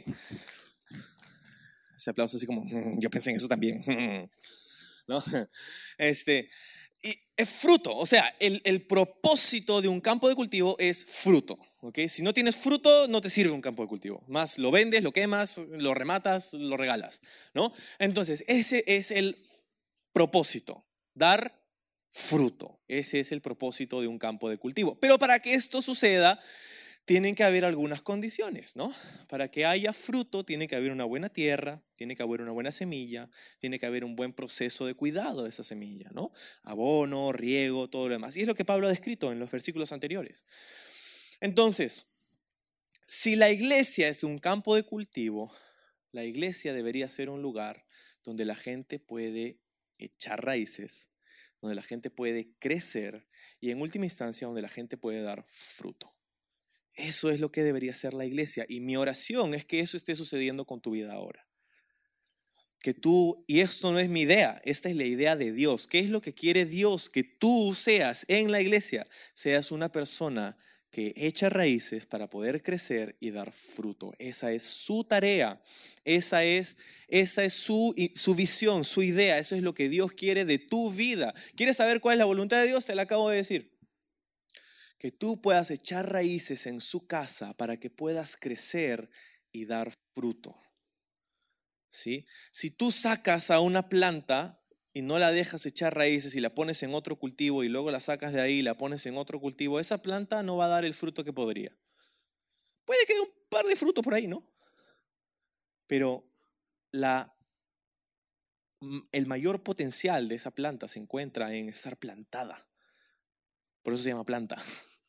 Ese aplauso así como, mm, yo pensé en eso también. ¿No? Este, y es fruto, o sea, el, el propósito de un campo de cultivo es fruto. ¿Okay? Si no tienes fruto, no te sirve un campo de cultivo. Más lo vendes, lo quemas, lo rematas, lo regalas. ¿No? Entonces, ese es el propósito, dar fruto. Ese es el propósito de un campo de cultivo. Pero para que esto suceda, tienen que haber algunas condiciones, ¿no? Para que haya fruto, tiene que haber una buena tierra, tiene que haber una buena semilla, tiene que haber un buen proceso de cuidado de esa semilla, ¿no? Abono, riego, todo lo demás. Y es lo que Pablo ha descrito en los versículos anteriores. Entonces, si la iglesia es un campo de cultivo, la iglesia debería ser un lugar donde la gente puede echar raíces, donde la gente puede crecer y en última instancia donde la gente puede dar fruto. Eso es lo que debería ser la iglesia. Y mi oración es que eso esté sucediendo con tu vida ahora. Que tú, y esto no es mi idea, esta es la idea de Dios. ¿Qué es lo que quiere Dios? Que tú seas en la iglesia, seas una persona que echa raíces para poder crecer y dar fruto. Esa es su tarea, esa es, esa es su, su visión, su idea. Eso es lo que Dios quiere de tu vida. ¿Quieres saber cuál es la voluntad de Dios? Te la acabo de decir. Que tú puedas echar raíces en su casa para que puedas crecer y dar fruto. ¿Sí? Si tú sacas a una planta y no la dejas echar raíces y la pones en otro cultivo y luego la sacas de ahí y la pones en otro cultivo, esa planta no va a dar el fruto que podría. Puede que dé un par de frutos por ahí, ¿no? Pero la, el mayor potencial de esa planta se encuentra en estar plantada. Por eso se llama planta.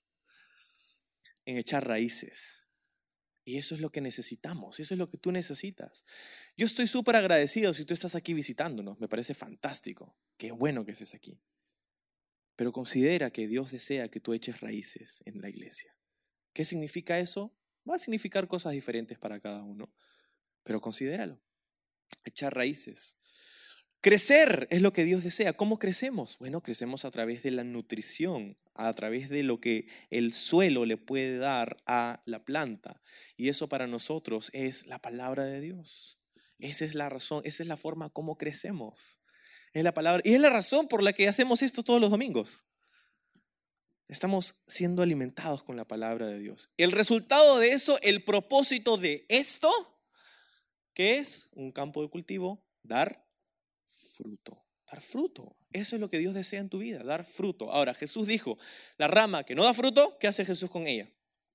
En echar raíces. Y eso es lo que necesitamos, eso es lo que tú necesitas. Yo estoy súper agradecido si tú estás aquí visitándonos, me parece fantástico, qué bueno que estés aquí. Pero considera que Dios desea que tú eches raíces en la iglesia. ¿Qué significa eso? Va a significar cosas diferentes para cada uno, pero considéralo. Echar raíces. Crecer es lo que Dios desea. ¿Cómo crecemos? Bueno, crecemos a través de la nutrición, a través de lo que el suelo le puede dar a la planta. Y eso para nosotros es la palabra de Dios. Esa es la razón, esa es la forma como crecemos. Es la palabra. Y es la razón por la que hacemos esto todos los domingos. Estamos siendo alimentados con la palabra de Dios. El resultado de eso, el propósito de esto, ¿qué es? Un campo de cultivo, dar fruto. Dar fruto. Eso es lo que Dios desea en tu vida, dar fruto. Ahora, Jesús dijo, la rama que no da fruto, ¿qué hace Jesús con ella?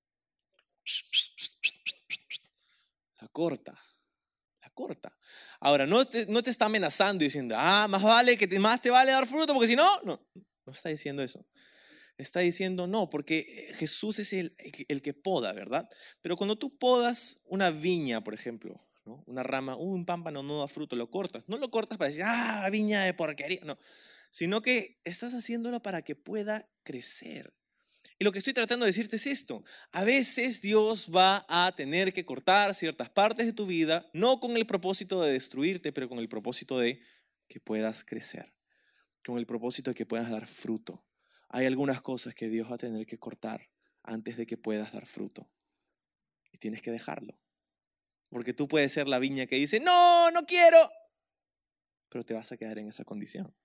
La corta. La corta. Ahora, no te, no te está amenazando diciendo, ah, más vale que te, más te vale dar fruto, porque si no, no, no está diciendo eso. Está diciendo no, porque Jesús es el, el que poda, ¿verdad? Pero cuando tú podas una viña, por ejemplo, ¿no? Una rama, uh, un pámpano no da fruto, lo cortas. No lo cortas para decir, ah, viña de porquería, no. Sino que estás haciéndolo para que pueda crecer. Y lo que estoy tratando de decirte es esto. A veces Dios va a tener que cortar ciertas partes de tu vida, no con el propósito de destruirte, pero con el propósito de que puedas crecer. Con el propósito de que puedas dar fruto. Hay algunas cosas que Dios va a tener que cortar antes de que puedas dar fruto. Y tienes que dejarlo. Porque tú puedes ser la viña que dice, no, no quiero. Pero te vas a quedar en esa condición.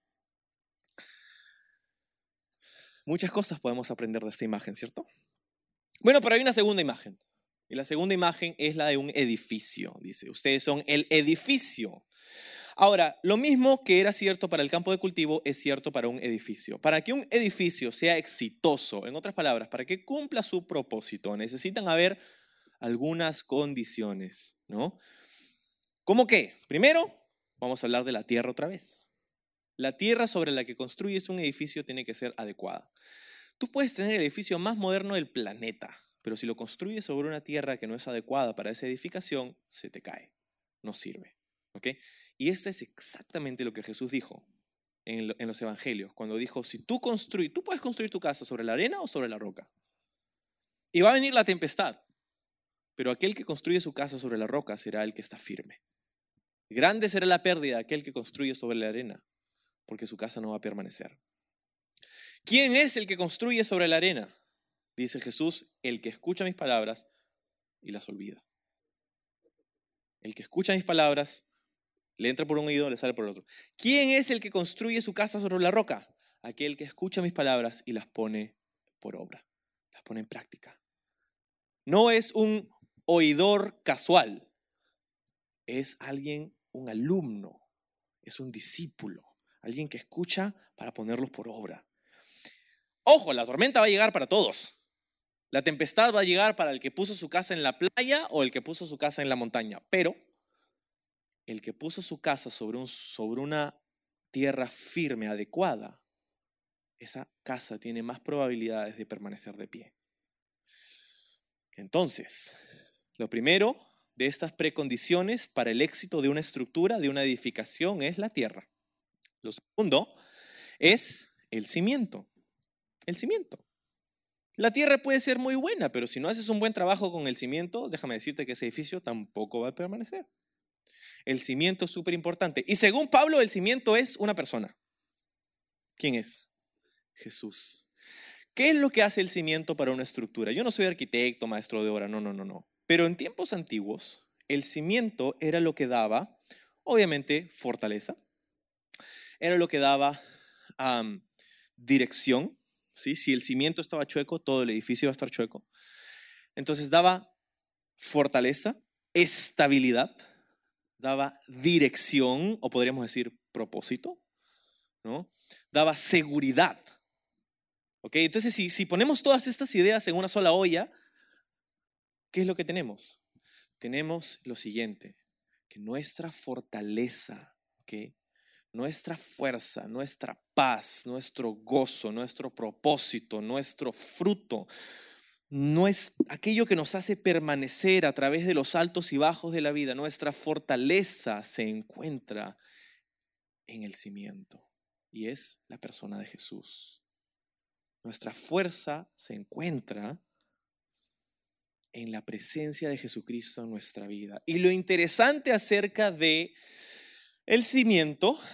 Muchas cosas podemos aprender de esta imagen, ¿cierto? Bueno, pero hay una segunda imagen. Y la segunda imagen es la de un edificio. Dice, ustedes son el edificio. Ahora, lo mismo que era cierto para el campo de cultivo es cierto para un edificio. Para que un edificio sea exitoso, en otras palabras, para que cumpla su propósito, necesitan haber algunas condiciones, ¿no? ¿Cómo qué? Primero, vamos a hablar de la tierra otra vez. La tierra sobre la que construyes un edificio tiene que ser adecuada. Tú puedes tener el edificio más moderno del planeta, pero si lo construyes sobre una tierra que no es adecuada para esa edificación, se te cae, no sirve. ¿Okay? Y esto es exactamente lo que Jesús dijo en, en los evangelios, cuando dijo, si tú construyes, tú puedes construir tu casa sobre la arena o sobre la roca. Y va a venir la tempestad, pero aquel que construye su casa sobre la roca será el que está firme. Grande será la pérdida de aquel que construye sobre la arena, porque su casa no va a permanecer. ¿Quién es el que construye sobre la arena? Dice Jesús, el que escucha mis palabras y las olvida. El que escucha mis palabras le entra por un oído, le sale por el otro. ¿Quién es el que construye su casa sobre la roca? Aquel que escucha mis palabras y las pone por obra, las pone en práctica. No es un oidor casual, es alguien, un alumno, es un discípulo, alguien que escucha para ponerlos por obra. Ojo, la tormenta va a llegar para todos. La tempestad va a llegar para el que puso su casa en la playa o el que puso su casa en la montaña, pero el que puso su casa sobre, un, sobre una tierra firme, adecuada, esa casa tiene más probabilidades de permanecer de pie. Entonces, lo primero de estas precondiciones para el éxito de una estructura, de una edificación, es la tierra. Lo segundo es el cimiento. El cimiento. La tierra puede ser muy buena, pero si no haces un buen trabajo con el cimiento, déjame decirte que ese edificio tampoco va a permanecer. El cimiento es súper importante. Y según Pablo, el cimiento es una persona. ¿Quién es? Jesús. ¿Qué es lo que hace el cimiento para una estructura? Yo no soy arquitecto, maestro de obra, no, no, no, no. Pero en tiempos antiguos, el cimiento era lo que daba, obviamente, fortaleza. Era lo que daba um, dirección. ¿Sí? Si el cimiento estaba chueco, todo el edificio iba a estar chueco. Entonces daba fortaleza, estabilidad, daba dirección, o podríamos decir propósito, ¿no? Daba seguridad. ¿Ok? Entonces, si, si ponemos todas estas ideas en una sola olla, ¿qué es lo que tenemos? Tenemos lo siguiente, que nuestra fortaleza, ¿ok? Nuestra fuerza, nuestra paz, nuestro gozo, nuestro propósito, nuestro fruto, no es aquello que nos hace permanecer a través de los altos y bajos de la vida. Nuestra fortaleza se encuentra en el cimiento y es la persona de Jesús. Nuestra fuerza se encuentra en la presencia de Jesucristo en nuestra vida. Y lo interesante acerca de el cimiento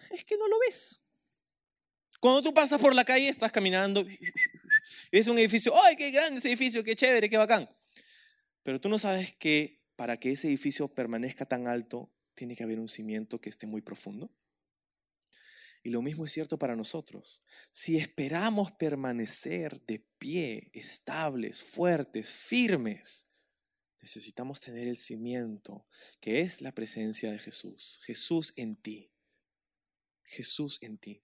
es que no lo ves. Cuando tú pasas por la calle, estás caminando, ves un edificio, ¡ay, qué grande ese edificio, qué chévere, qué bacán! Pero tú no sabes que para que ese edificio permanezca tan alto, tiene que haber un cimiento que esté muy profundo. Y lo mismo es cierto para nosotros. Si esperamos permanecer de pie, estables, fuertes, firmes, necesitamos tener el cimiento, que es la presencia de Jesús. Jesús en ti. Jesús en ti.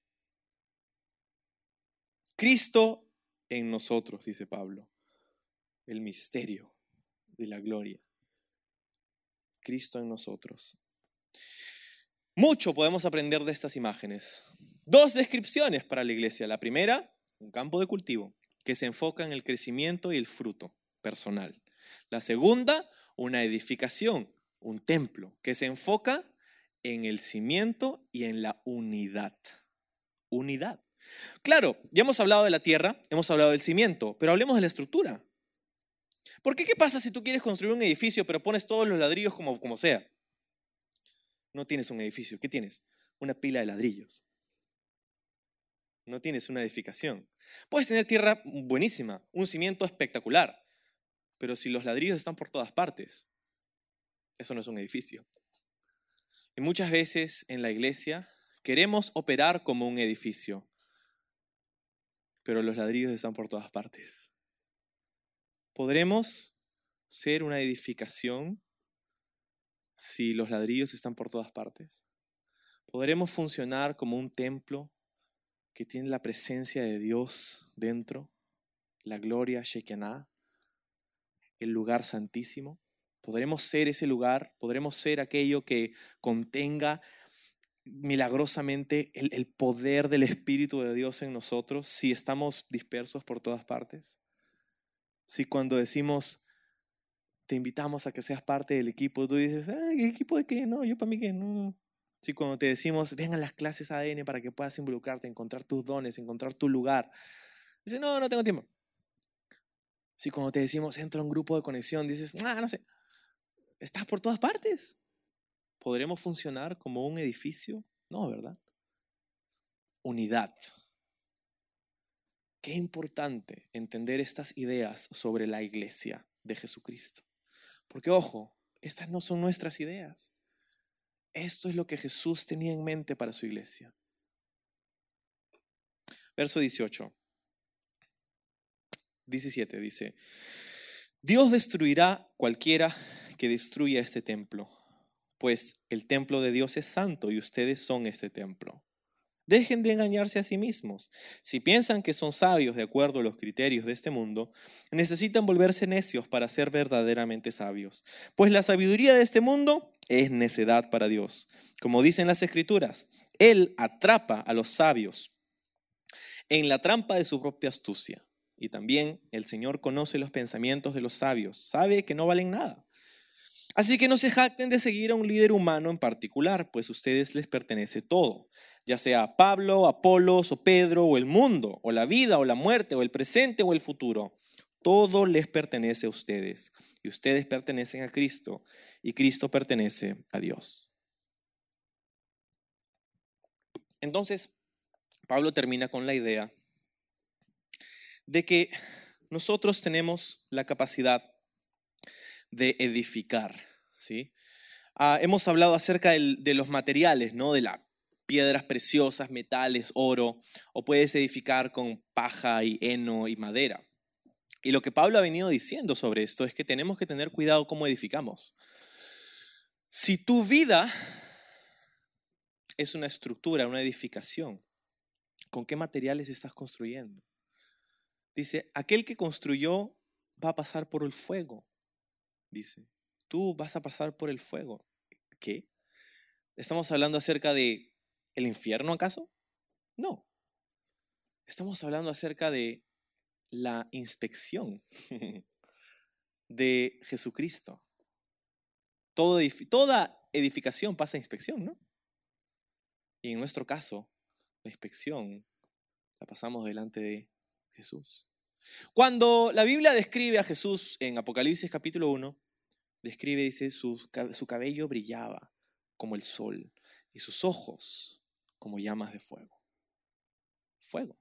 Cristo en nosotros, dice Pablo. El misterio de la gloria. Cristo en nosotros. Mucho podemos aprender de estas imágenes. Dos descripciones para la iglesia. La primera, un campo de cultivo que se enfoca en el crecimiento y el fruto personal. La segunda, una edificación, un templo que se enfoca en el cimiento y en la unidad. Unidad. Claro, ya hemos hablado de la tierra, hemos hablado del cimiento, pero hablemos de la estructura. ¿Por qué? ¿Qué pasa si tú quieres construir un edificio pero pones todos los ladrillos como, como sea? No tienes un edificio. ¿Qué tienes? Una pila de ladrillos. No tienes una edificación. Puedes tener tierra buenísima, un cimiento espectacular, pero si los ladrillos están por todas partes, eso no es un edificio. Y muchas veces en la iglesia queremos operar como un edificio, pero los ladrillos están por todas partes. ¿Podremos ser una edificación si los ladrillos están por todas partes? ¿Podremos funcionar como un templo que tiene la presencia de Dios dentro? La gloria Shekinah, el lugar santísimo. ¿Podremos ser ese lugar? ¿Podremos ser aquello que contenga milagrosamente el, el poder del Espíritu de Dios en nosotros si estamos dispersos por todas partes? Si cuando decimos, te invitamos a que seas parte del equipo, tú dices, ¿el equipo de qué? No, yo para mí qué, no. Si cuando te decimos, ven a las clases A D N para que puedas involucrarte, encontrar tus dones, encontrar tu lugar, dices, no, no tengo tiempo. Si cuando te decimos, entra a un grupo de conexión, dices, ah, no sé, estás por todas partes. ¿Podremos funcionar como un edificio? No, ¿verdad? Unidad. Qué importante entender estas ideas sobre la iglesia de Jesucristo. Porque, ojo, estas no son nuestras ideas. Esto es lo que Jesús tenía en mente para su iglesia. Verso dieciocho. diecisiete dice, Dios destruirá cualquiera que destruya este templo, pues el templo de Dios es santo y ustedes son este templo. Dejen de engañarse a sí mismos. Si piensan que son sabios de acuerdo a los criterios de este mundo, necesitan volverse necios para ser verdaderamente sabios. Pues la sabiduría de este mundo es necedad para Dios. Como dicen las Escrituras, Él atrapa a los sabios en la trampa de su propia astucia. Y también el Señor conoce los pensamientos de los sabios, sabe que no valen nada. Así que no se jacten de seguir a un líder humano en particular, pues a ustedes les pertenece todo, ya sea Pablo, Apolos o Pedro o el mundo, o la vida o la muerte o el presente o el futuro. Todo les pertenece a ustedes y ustedes pertenecen a Cristo y Cristo pertenece a Dios. Entonces, Pablo termina con la idea de que nosotros tenemos la capacidad de edificar, ¿sí? Ah, hemos hablado acerca del, de los materiales, ¿no? De las piedras preciosas, metales, oro, o puedes edificar con paja y heno y madera. Y lo que Pablo ha venido diciendo sobre esto es que tenemos que tener cuidado cómo edificamos. Si tu vida es una estructura, una edificación, ¿con qué materiales estás construyendo? Dice, aquel que construyó va a pasar por el fuego. Dice, tú vas a pasar por el fuego. ¿Qué? ¿Estamos hablando acerca de el infierno acaso? No. Estamos hablando acerca de la inspección de Jesucristo. Todo, toda edificación pasa inspección, ¿no? Y en nuestro caso, la inspección la pasamos delante de Jesús. Cuando la Biblia describe a Jesús en Apocalipsis capítulo uno, describe, dice, su, su cabello brillaba como el sol y sus ojos como llamas de fuego. Fuego.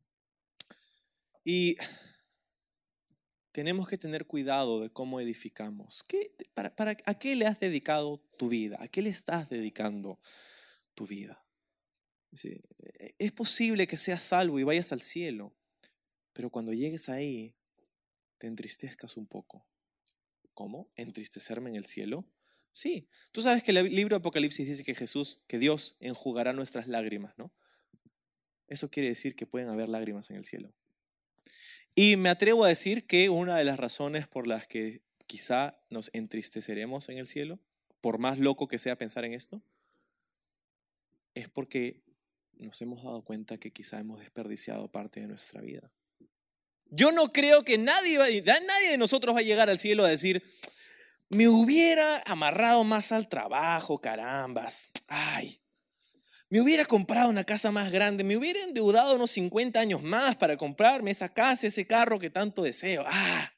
Y tenemos que tener cuidado de cómo edificamos. ¿Qué, para, para, ¿A qué le has dedicado tu vida? ¿A qué le estás dedicando tu vida? Sí, es posible que seas salvo y vayas al cielo, pero cuando llegues ahí, te entristezcas un poco. ¿Cómo? ¿Entristecerme en el cielo? Sí. Tú sabes que el libro de Apocalipsis dice que Jesús, que Dios enjugará nuestras lágrimas, ¿no? Eso quiere decir que pueden haber lágrimas en el cielo. Y me atrevo a decir que una de las razones por las que quizá nos entristeceremos en el cielo, por más loco que sea pensar en esto, es porque nos hemos dado cuenta que quizá hemos desperdiciado parte de nuestra vida. Yo no creo que nadie, va, nadie de nosotros va a llegar al cielo a decir, me hubiera amarrado más al trabajo, carambas. Ay, me hubiera comprado una casa más grande, me hubiera endeudado unos cincuenta años más para comprarme esa casa, ese carro que tanto deseo. Ah,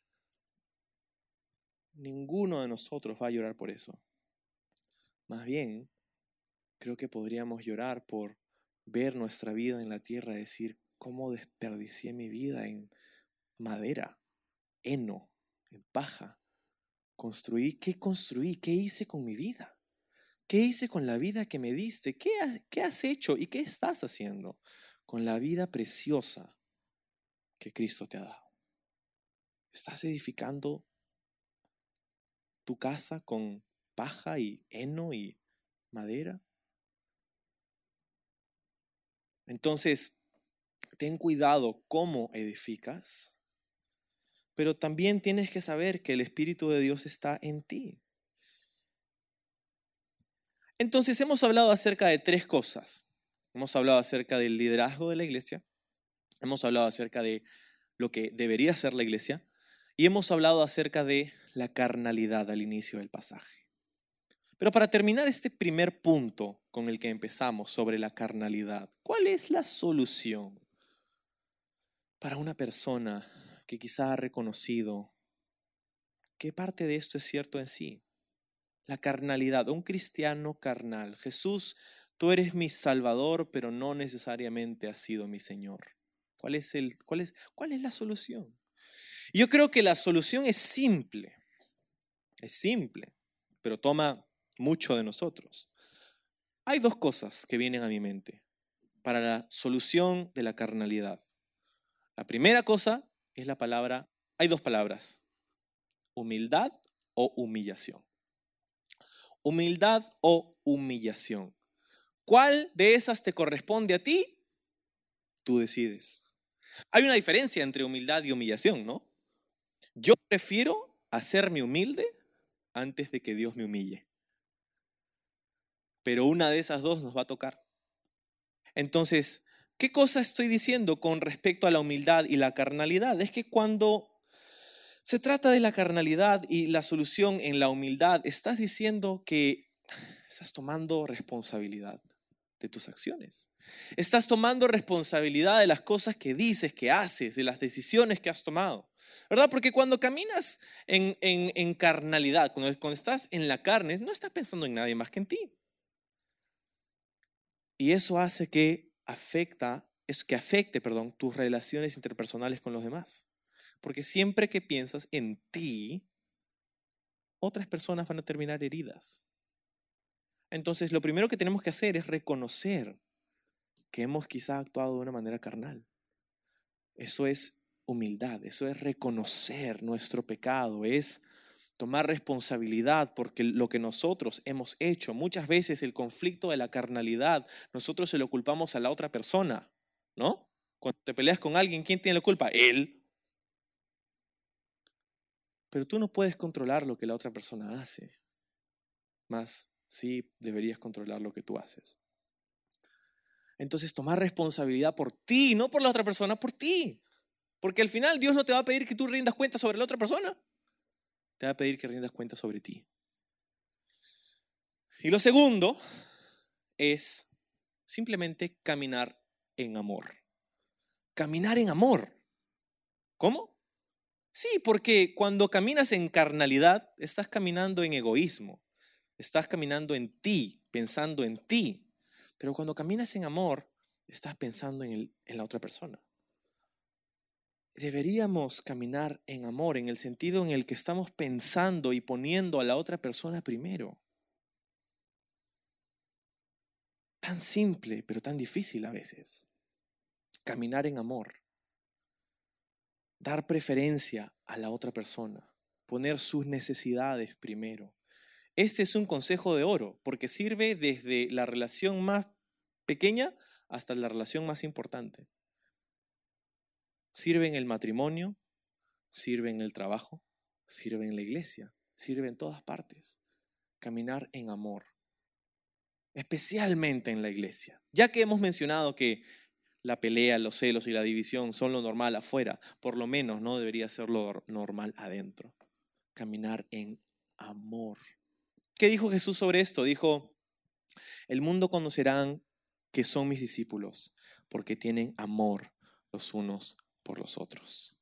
ninguno de nosotros va a llorar por eso. Más bien, creo que podríamos llorar por ver nuestra vida en la tierra y decir, ¿cómo desperdicié mi vida en madera, heno, en paja? Construí, ¿qué construí? ¿Qué hice con mi vida? ¿Qué hice con la vida que me diste? ¿Qué, qué has hecho y qué estás haciendo con la vida preciosa que Cristo te ha dado? ¿Estás edificando tu casa con paja y heno y madera? Entonces, ten cuidado cómo edificas, pero también tienes que saber que el Espíritu de Dios está en ti. Entonces, hemos hablado acerca de tres cosas. Hemos hablado acerca del liderazgo de la iglesia, hemos hablado acerca de lo que debería ser la iglesia y hemos hablado acerca de la carnalidad al inicio del pasaje. Pero para terminar este primer punto con el que empezamos sobre la carnalidad, ¿cuál es la solución para una persona que quizá ha reconocido qué parte de esto es cierto en sí? La carnalidad, un cristiano carnal. Jesús, tú eres mi Salvador, pero no necesariamente has sido mi Señor. ¿Cuál es el, cuál es, cuál es la solución? Yo creo que la solución es simple. Es simple, pero toma mucho de nosotros. Hay dos cosas que vienen a mi mente para la solución de la carnalidad. La primera cosa es la palabra, hay dos palabras, humildad o humillación. Humildad o humillación. ¿Cuál de esas te corresponde a ti? Tú decides. Hay una diferencia entre humildad y humillación, ¿no? Yo prefiero hacerme humilde antes de que Dios me humille. Pero una de esas dos nos va a tocar. Entonces, ¿qué cosa estoy diciendo con respecto a la humildad y la carnalidad? Es que cuando se trata de la carnalidad y la solución en la humildad, estás diciendo que estás tomando responsabilidad de tus acciones. Estás tomando responsabilidad de las cosas que dices, que haces, de las decisiones que has tomado. ¿Verdad? Porque cuando caminas en, en, en carnalidad, cuando, cuando estás en la carne, no estás pensando en nadie más que en ti. Y eso hace que afecta, es que afecte, perdón, tus relaciones interpersonales con los demás. Porque siempre que piensas en ti, otras personas van a terminar heridas. Entonces, lo primero que tenemos que hacer es reconocer que hemos quizá actuado de una manera carnal. Eso es humildad, eso es reconocer nuestro pecado, es tomar responsabilidad porque lo que nosotros hemos hecho, muchas veces el conflicto de la carnalidad, nosotros se lo culpamos a la otra persona, ¿no? Cuando te peleas con alguien, ¿quién tiene la culpa? Él. Pero tú no puedes controlar lo que la otra persona hace, más sí deberías controlar lo que tú haces. Entonces, tomar responsabilidad por ti, no por la otra persona, por ti. Porque al final Dios no te va a pedir que tú rindas cuenta sobre la otra persona. Te va a pedir que rindas cuenta sobre ti. Y lo segundo es simplemente caminar en amor. Caminar en amor. ¿Cómo? Sí, porque cuando caminas en carnalidad, estás caminando en egoísmo. Estás caminando en ti, pensando en ti. Pero cuando caminas en amor, estás pensando en, el, en la otra persona. Deberíamos caminar en amor, en el sentido en el que estamos pensando y poniendo a la otra persona primero. Tan simple, pero tan difícil a veces. Caminar en amor. Dar preferencia a la otra persona. Poner sus necesidades primero. Este es un consejo de oro, porque sirve desde la relación más pequeña hasta la relación más importante. Sirve en el matrimonio, sirve en el trabajo, sirve en la iglesia, sirve en todas partes. Caminar en amor, especialmente en la iglesia. Ya que hemos mencionado que la pelea, los celos y la división son lo normal afuera, por lo menos no debería ser lo normal adentro. Caminar en amor. ¿Qué dijo Jesús sobre esto? Dijo, el mundo conocerán que son mis discípulos porque tienen amor los unos por los otros.